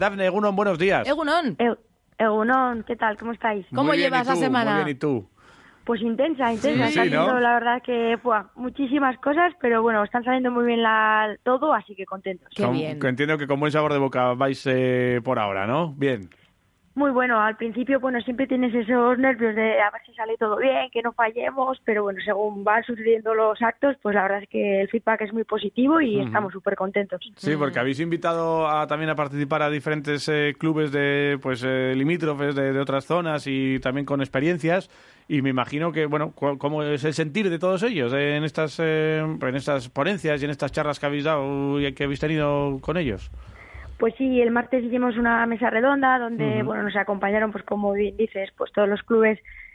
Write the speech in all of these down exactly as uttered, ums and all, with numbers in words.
Dafne, Egunon, buenos días. Egunon. E- Egunon, ¿qué tal? ¿Cómo estáis? ¿Cómo Muy bien, llevas ¿y la tú? semana? Muy bien, ¿y tú? Pues intensa, intensa. Sí, Está sí, haciendo, ¿no? la verdad que buah, muchísimas cosas, pero bueno, están saliendo muy bien la, todo, así que contentos. Qué Con- bien. que entiendo que con buen sabor de boca vais eh, por ahora, ¿no? Bien. Muy bueno, al principio, bueno, siempre tienes esos nervios de a ver si sale todo bien, que no fallemos, pero bueno, según van sucediendo los actos, pues la verdad es que el feedback es muy positivo y Ujú. estamos súper contentos. Sí, porque habéis invitado a, también a participar a diferentes eh, clubes de pues eh, limítrofes de, de otras zonas y también con experiencias. Y me imagino que, bueno, cu- ¿cómo es el sentir de todos ellos eh, en estas eh, en estas ponencias y en estas charlas que habéis dado y que habéis tenido con ellos? Pues sí, el martes hicimos una mesa redonda donde, Ujú. bueno, nos acompañaron, pues como bien dices, pues todos los clubes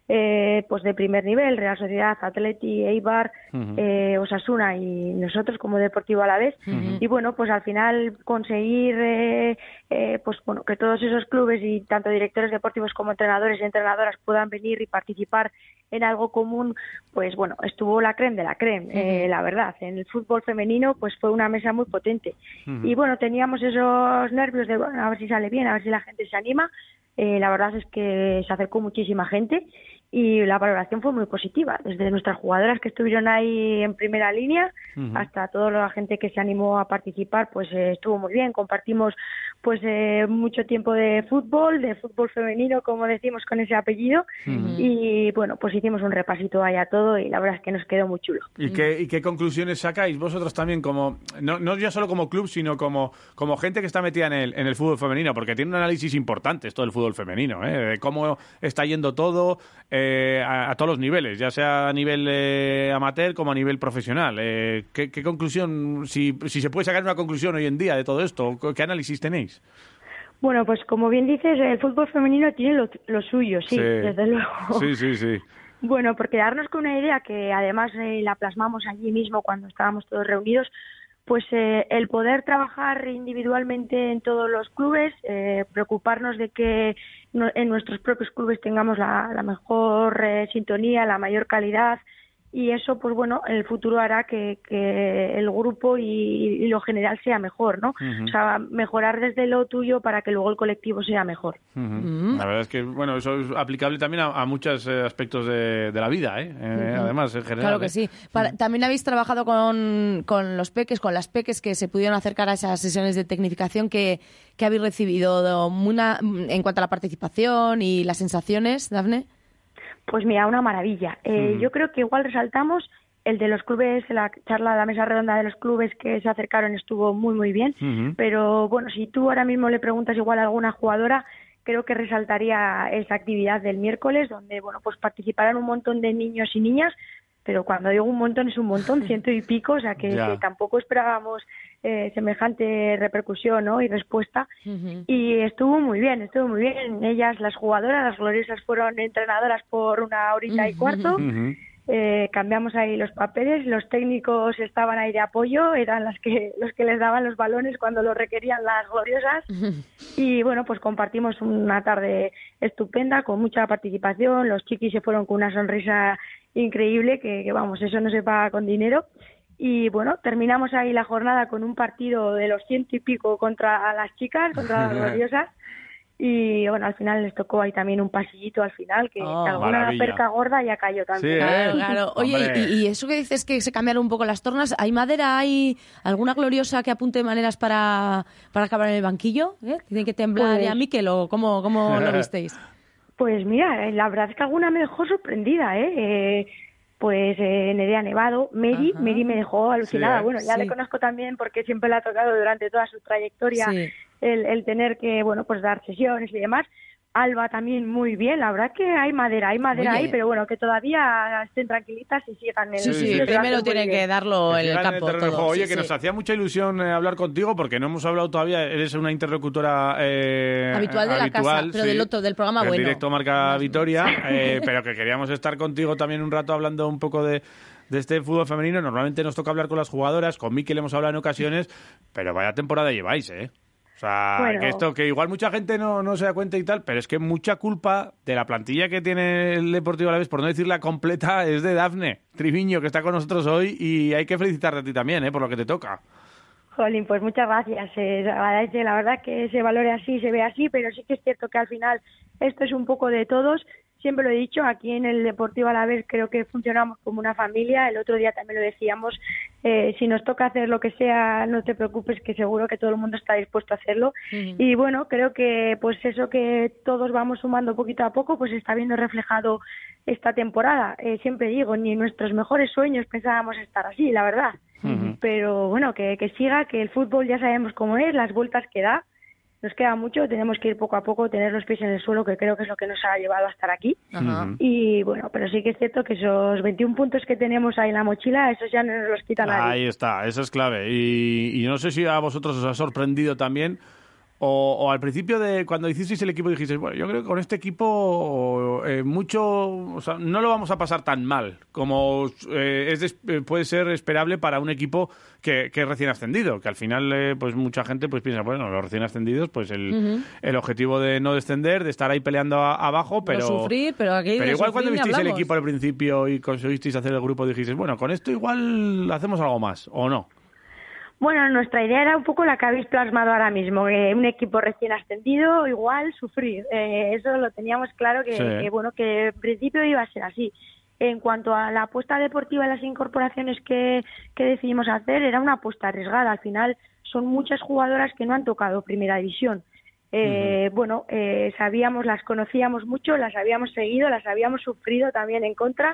eh, pues de primer nivel, Real Sociedad, Atleti, Eibar, Ujú. eh, Osasuna y nosotros como Deportivo Alavés. Ujú. Y bueno, pues al final conseguir eh, eh, pues bueno, que todos esos clubes y tanto directores deportivos como entrenadores y entrenadoras puedan venir y participar en algo común, pues bueno, estuvo la creme de la creme, eh, la verdad. En el fútbol femenino pues fue una mesa muy potente. Ujú. Y bueno, teníamos esos nervios de bueno, a ver si sale bien, a ver si la gente se anima. Eh, la verdad es que se acercó muchísima gente y la valoración fue muy positiva, desde nuestras jugadoras que estuvieron ahí en primera línea Ujú. hasta toda la gente que se animó a participar, pues eh, estuvo muy bien. Compartimos pues eh, mucho tiempo de fútbol, de fútbol femenino, como decimos con ese apellido, Ujú. y bueno, pues hicimos un repasito ahí a todo y la verdad es que nos quedó muy chulo. ¿Y qué, ¿Y qué conclusiones sacáis vosotros también como, no, no ya solo como club, sino como, como gente que está metida en el, en el fútbol femenino? Porque tiene un análisis importante esto del fútbol femenino, ¿eh? De cómo está yendo todo eh, a, a todos los niveles, ya sea a nivel eh, amateur como a nivel profesional. Eh, ¿qué, ¿Qué conclusión, si, si se puede sacar una conclusión hoy en día de todo esto, qué análisis tenéis? Bueno, pues como bien dices, el fútbol femenino tiene lo, lo suyo, sí, Sí. desde luego. Sí, sí, sí. Bueno, porque darnos con una idea que además eh, la plasmamos allí mismo cuando estábamos todos reunidos, pues eh, el poder trabajar individualmente en todos los clubes, eh, preocuparnos de que no, en nuestros propios clubes tengamos la, la mejor eh, sintonía, la mayor calidad, y eso, pues bueno, en el futuro hará que, que el grupo y, y lo general sea mejor, ¿no? Ujú. O sea, mejorar desde lo tuyo para que luego el colectivo sea mejor. Ujú. Mm. La verdad es que, bueno, eso es aplicable también a, a muchos eh, aspectos de, de la vida, ¿eh? Eh, Ujú. Además, en general. Claro que ¿eh? sí. Para- también habéis trabajado con, con los peques, con las peques que se pudieron acercar a esas sesiones de tecnificación que, que habéis recibido una, en cuanto a la participación y las sensaciones, Dafne. Pues mira, una maravilla. Eh, Ujú. Yo creo que igual resaltamos el de los clubes, la charla de la mesa redonda de los clubes que se acercaron estuvo muy, muy bien. Ujú. Pero bueno, si tú ahora mismo le preguntas igual a alguna jugadora, creo que resaltaría esa actividad del miércoles, donde bueno, pues participaron un montón de niños y niñas, pero cuando digo un montón es un montón, ciento y pico, o sea que, Ya. que tampoco esperábamos eh, semejante repercusión, ¿no? y respuesta. Ujú. Y estuvo muy bien, estuvo muy bien. Ellas, las jugadoras, las gloriosas, fueron entrenadoras por una horita y cuarto. Ujú. Eh, cambiamos ahí los papeles, los técnicos estaban ahí de apoyo, eran las que los que les daban los balones cuando lo requerían las gloriosas. Y bueno, pues compartimos una tarde estupenda con mucha participación. Los chiquis se fueron con una sonrisa increíble, que, que vamos, eso no se paga con dinero. Y bueno, terminamos ahí la jornada con un partido de los ciento y pico contra las chicas, contra las gloriosas. Y bueno, al final les tocó ahí también un pasillito al final, que, Oh, que alguna maravilla. perca gorda ya cayó también. Sí, Claro, ¿eh? claro. Oye, Hombre. y, y eso que dices que se cambiaron un poco las tornas, ¿hay madera, hay alguna gloriosa que apunte maneras para, para acabar en el banquillo? ¿Eh? ¿Tiene que temblar Pues- ya Miquel o cómo, cómo lo visteis? Pues mira, eh, la verdad es que alguna me dejó sorprendida, ¿eh? eh pues eh, Nerea Nevado, Mary, Ajá. Mary me dejó alucinada. Sí, ¿eh? Bueno, ya Sí. le conozco también porque siempre le ha tocado durante toda su trayectoria Sí. el, el tener que, bueno, pues dar sesiones y demás. Alba también muy bien, la verdad que hay madera, hay madera Oye. ahí, pero bueno, que todavía estén tranquilitas y sigan en Sí, el sí, sí, sitio, que lo primero hacen muy tienen bien. que darlo Que en el sigan campo. terreno de todo, juego. Oye, sí, que sí. nos hacía mucha ilusión eh, hablar contigo porque no hemos hablado todavía. Eres una interlocutora eh, Habitual de la casa, pero del otro, del programa del bueno. directo Marca Más- Vitoria, eh, pero que queríamos estar contigo también un rato hablando un poco de, de este fútbol femenino. Normalmente nos toca hablar con las jugadoras, con Mikel hemos hablado en ocasiones, pero vaya temporada lleváis, ¿eh? O sea, Bueno. que esto, que igual mucha gente no, no se da cuenta y tal, pero es que mucha culpa de la plantilla que tiene el Deportivo Alavés, por no decir la completa, es de Dafne Triviño, que está con nosotros hoy, y hay que felicitarte a ti también, ¿eh? Por lo que te toca. Jolín, pues muchas gracias. Eh, se agradece, la verdad, que se valore así, se ve así, pero sí que es cierto que al final esto es un poco de todos. Siempre lo he dicho, aquí en el Deportivo Alavés creo que funcionamos como una familia. El otro día también lo decíamos, eh, si nos toca hacer lo que sea, no te preocupes, que seguro que todo el mundo está dispuesto a hacerlo. Uh-huh. Y bueno, creo que pues eso que todos vamos sumando poquito a poco, pues está viendo reflejado esta temporada. Eh, siempre digo, ni en nuestros mejores sueños pensábamos estar así, la verdad. Uh-huh. Pero bueno, que, que siga, que el fútbol ya sabemos cómo es, las vueltas que da. Nos queda mucho, tenemos que ir poco a poco, tener los pies en el suelo, que creo que es lo que nos ha llevado a estar aquí. Uh-huh. Y bueno, pero sí que es cierto que esos veintiún puntos que tenemos ahí en la mochila, esos ya no nos los quita nadie. Ahí está, eso es clave. Y, y no sé si a vosotros os ha sorprendido también, o, o al principio de cuando hicisteis el equipo dijisteis, bueno, yo creo que con este equipo eh, mucho, o sea, no lo vamos a pasar tan mal como eh, es des, eh, puede ser esperable para un equipo que, que es recién ascendido, que al final eh, pues mucha gente pues piensa, bueno, los recién ascendidos, pues el, uh-huh. el objetivo de no descender, de estar ahí peleando a, abajo, pero, no sufrir, pero, aquí pero igual cuando visteis hablamos. el equipo al principio y conseguisteis hacer el grupo, dijisteis, bueno, con esto igual hacemos algo más, ¿o no? Bueno, nuestra idea era un poco la que habéis plasmado ahora mismo, que un equipo recién ascendido, igual sufrir. Eh, eso lo teníamos claro que, sí. que, bueno, que en principio iba a ser así. En cuanto a la apuesta deportiva y las incorporaciones que, que decidimos hacer, era una apuesta arriesgada. Al final son muchas jugadoras que no han tocado primera división. Eh, uh-huh. Bueno, eh, sabíamos, las conocíamos mucho, las habíamos seguido, las habíamos sufrido también en contra,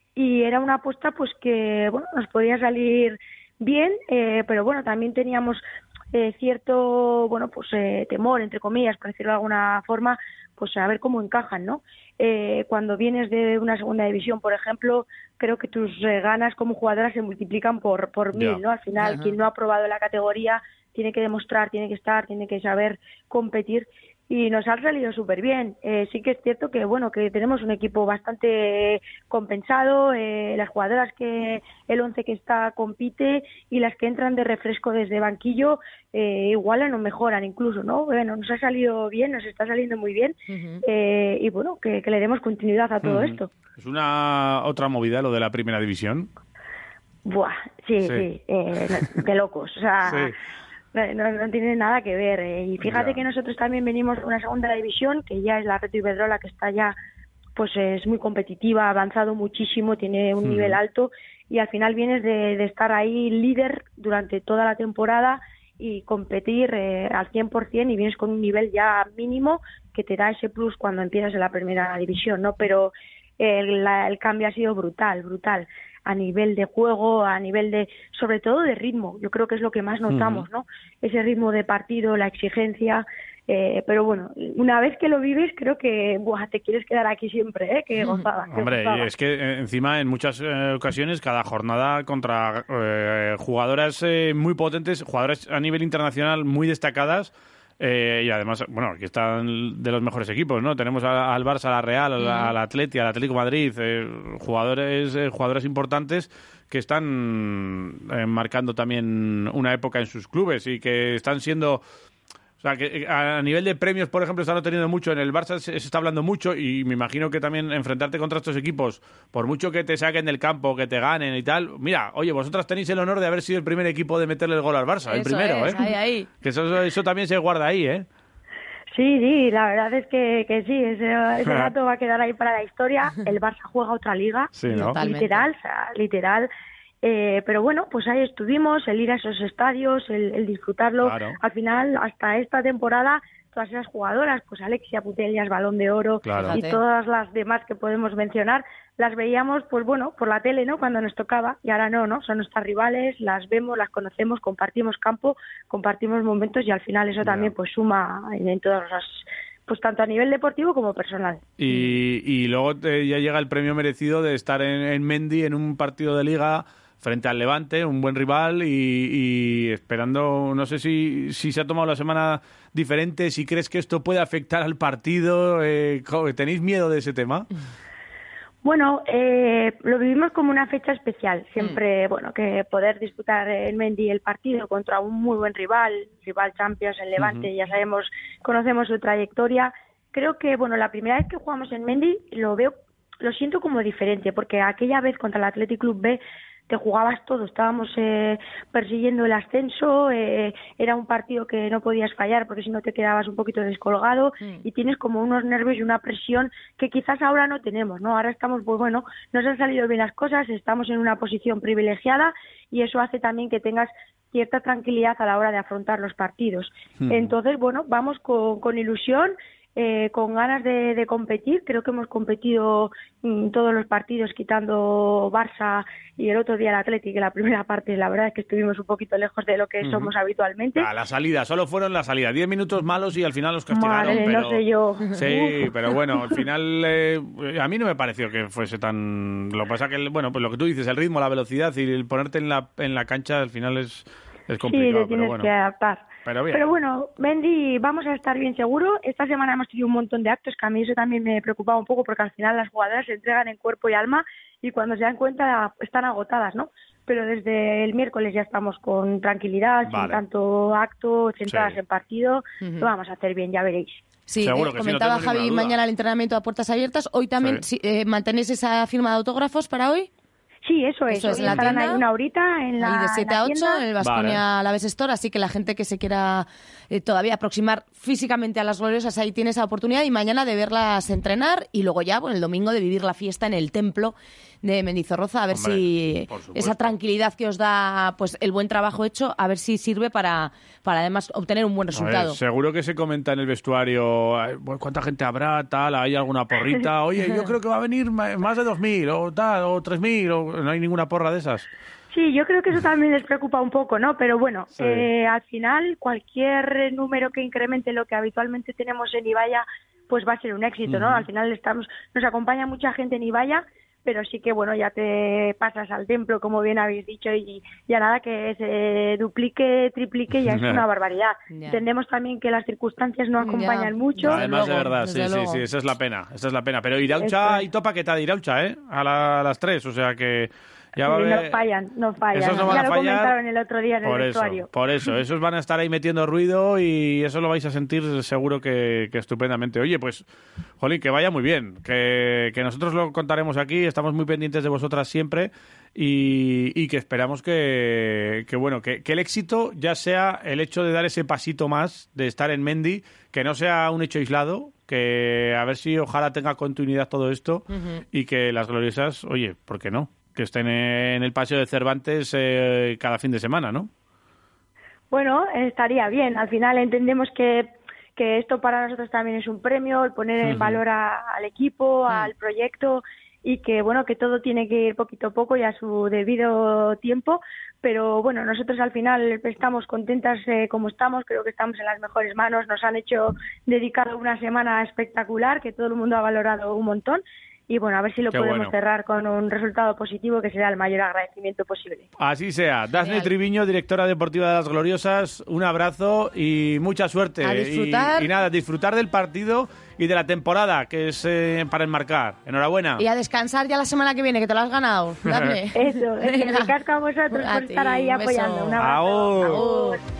y era una apuesta pues que, bueno, nos podía salir bien, eh, pero bueno, también teníamos eh, cierto, bueno, pues eh, temor, entre comillas, por decirlo de alguna forma, pues a ver cómo encajan, ¿no? Eh, cuando vienes de una segunda división, por ejemplo, creo que tus eh, ganas como jugadora se multiplican por por mil, yeah. ¿no? Al final, uh-huh. quien no ha probado la categoría tiene que demostrar, tiene que estar, tiene que saber competir. Y nos ha salido súper bien. Eh, sí que es cierto que bueno que tenemos un equipo bastante compensado, eh, las jugadoras que el once que está compite y las que entran de refresco desde banquillo eh, igualan o mejoran incluso, ¿no? Bueno, nos ha salido bien, nos está saliendo muy bien uh-huh. eh, y bueno, que, que le demos continuidad a todo uh-huh. esto. ¿Es una otra movida lo de la primera división? Buah, sí, sí, sí eh, de locos, o sea... Sí. No, no tiene nada que ver. Eh. Y fíjate yeah. que nosotros también venimos de una segunda división, que ya es la Reto Iberdrola, que está ya, pues es muy competitiva, ha avanzado muchísimo, tiene un mm. nivel alto, y al final vienes de, de estar ahí líder durante toda la temporada y competir eh, al cien por ciento, y vienes con un nivel ya mínimo que te da ese plus cuando empiezas en la primera división, ¿no? Pero el, la, el cambio ha sido brutal, brutal. A nivel de juego, a nivel de, sobre todo de ritmo, yo creo que es lo que más notamos, ¿no? Ese ritmo de partido, la exigencia, eh, pero bueno, una vez que lo vives, creo que, buah, te quieres quedar aquí siempre, ¿eh? Qué gozada. Qué Hombre, gozada. Es que eh, encima en muchas eh, ocasiones, cada jornada contra eh, jugadoras eh, muy potentes, jugadoras a nivel internacional muy destacadas. Eh, y además, bueno, aquí están de los mejores equipos, ¿no? Tenemos a, al Barça, a la Real, al, al Atleti, al Atlético de Madrid, eh, jugadores eh, jugadores importantes que están eh, marcando también una época en sus clubes y que están siendo... O sea, que a nivel de premios, por ejemplo, están obteniendo mucho. En el Barça se, se está hablando mucho y me imagino que también enfrentarte contra estos equipos, por mucho que te saquen del campo, que te ganen y tal. Mira, oye, vosotras tenéis el honor de haber sido el primer equipo de meterle el gol al Barça, eso el primero, es, ¿eh? Ahí, ahí. Que eso, eso también se guarda ahí, ¿eh? Sí, sí, la verdad es que, que sí, ese, ese dato va a quedar ahí para la historia. El Barça juega otra liga, sí, ¿no? literal, o sea, literal. Eh, pero bueno, pues ahí estuvimos, el ir a esos estadios, el, el disfrutarlo. Claro. Al final, hasta esta temporada, todas esas jugadoras, pues Alexia Putellas, Balón de Oro, claro. y todas las demás que podemos mencionar, las veíamos, pues bueno, por la tele, ¿no? Cuando nos tocaba, y ahora no, ¿no? Son nuestras rivales, las vemos, las conocemos, compartimos campo, compartimos momentos, y al final eso también, pues suma en, en todas las... pues tanto a nivel deportivo como personal. Y, y luego te, ya llega el premio merecido de estar en, en Mendy en un partido de Liga frente al Levante, un buen rival, y, y esperando, no sé si, si se ha tomado la semana diferente, si crees que esto puede afectar al partido, eh, ¿tenéis miedo de ese tema? Bueno, eh, lo vivimos como una fecha especial, siempre, mm. bueno, que poder disputar en Mendy el partido contra un muy buen rival, rival Champions, el Levante, uh-huh. ya sabemos, conocemos su trayectoria. Creo que, bueno, la primera vez que jugamos en Mendy lo veo, lo siento como diferente, porque aquella vez contra el Athletic Club B te jugabas todo, estábamos eh, persiguiendo el ascenso, eh, era un partido que no podías fallar porque si no te quedabas un poquito descolgado mm. y tienes como unos nervios y una presión que quizás ahora no tenemos, ¿no? Ahora estamos, pues bueno, nos han salido bien las cosas, estamos en una posición privilegiada y eso hace también que tengas cierta tranquilidad a la hora de afrontar los partidos. Mm. Entonces, bueno, vamos con, con ilusión, Eh, con ganas de, de competir. Creo que hemos competido en todos los partidos, quitando Barça y el otro día el Athletic, que la primera parte la verdad es que estuvimos un poquito lejos de lo que uh-huh. somos habitualmente. A la salida, solo fueron la salida, diez minutos malos y al final los castigaron. Madre, pero... no sé yo. Sí, pero bueno, al final eh, a mí no me pareció que fuese tan... Lo que pasa que, bueno, pues lo que tú dices, el ritmo, la velocidad y el ponerte en la, en la cancha al final es, es complicado. Sí, te tienes pero bueno. que adaptar. Pero, Pero bueno, Mendy, vamos a estar bien seguro. Esta semana hemos tenido un montón de actos que a mí eso también me preocupaba un poco porque al final las jugadoras se entregan en cuerpo y alma y cuando se dan cuenta están agotadas, ¿no? Pero desde el miércoles ya estamos con tranquilidad, vale. sin tanto acto, centradas sí. en partido. Uh-huh. Lo vamos a hacer bien, ya veréis. Sí, eh, comentaba sí, no Javi mañana el entrenamiento a puertas abiertas. Hoy también sí. eh, ¿mantenéis esa firma de autógrafos para hoy? Sí, eso es. Eso es, la estarán ahí una horita en la ahí de siete a ocho en el Baskonia Alaves Store, así que la gente que se quiera eh, todavía aproximar físicamente a las gloriosas, ahí tiene esa oportunidad y mañana de verlas entrenar y luego ya, bueno, el domingo de vivir la fiesta en el templo de Mendizorroza, a ver Hombre, si esa tranquilidad que os da pues el buen trabajo hecho, a ver si sirve para, para además obtener un buen resultado. Ver, seguro que se comenta en el vestuario cuánta gente habrá, tal, hay alguna porrita, oye, yo creo que va a venir más de dos mil o tal, o tres mil, o no hay ninguna porra de esas. Sí, yo creo que eso también les preocupa un poco, ¿no? Pero bueno, sí. eh, al final cualquier número que incremente lo que habitualmente tenemos en Ibaya, pues va a ser un éxito, uh-huh. ¿no? Al final estamos, nos acompaña mucha gente en Ibaya, pero sí que, bueno, ya te pasas al templo, como bien habéis dicho, y ya nada, que se duplique, triplique, ya es una barbaridad. Yeah. Entendemos también que las circunstancias no acompañan yeah. mucho. Además, de verdad, sí, sí, sí, esa es la pena, esa es la pena. Pero Iraucha y Topa, ¿qué tal Iraucha, eh? A, la, a las tres, o sea que... Ya va sí, a ver... no fallan, no fallan. Esos no van ya a lo fallar. Comentaron el otro día en por el eso, vestuario. Por eso, esos van a estar ahí metiendo ruido y eso lo vais a sentir seguro que, que estupendamente. Oye, pues, jolín, que vaya muy bien, que, que nosotros lo contaremos aquí, estamos muy pendientes de vosotras siempre y, y que esperamos que, que bueno, que, que el éxito ya sea el hecho de dar ese pasito más, de estar en Mendy, que no sea un hecho aislado, que a ver si ojalá tenga continuidad todo esto uh-huh. y que las gloriosas, oye, ¿por qué no? Que estén en el Paseo de Cervantes eh, cada fin de semana, ¿no? Bueno, estaría bien. Al final entendemos que, que esto para nosotros también es un premio, el poner en uh-huh. valor a, al equipo, uh-huh. al proyecto y que, bueno, que todo tiene que ir poquito a poco y a su debido tiempo. Pero, bueno, nosotros al final estamos contentas eh, como estamos, creo que estamos en las mejores manos. Nos han hecho dedicar una semana espectacular que todo el mundo ha valorado un montón. Y bueno, a ver si lo Qué podemos bueno. cerrar con un resultado positivo que será el mayor agradecimiento posible. Así sea. Dafne Triviño, directora deportiva de las Gloriosas, un abrazo y mucha suerte. A disfrutar. Y, y nada, disfrutar del partido y de la temporada, que es eh, para enmarcar. Enhorabuena. Y a descansar ya la semana que viene, que te lo has ganado. Dafne. Eso, es que me casco a vosotros a por ti, estar ahí apoyando. Un abrazo. Agur. Agur.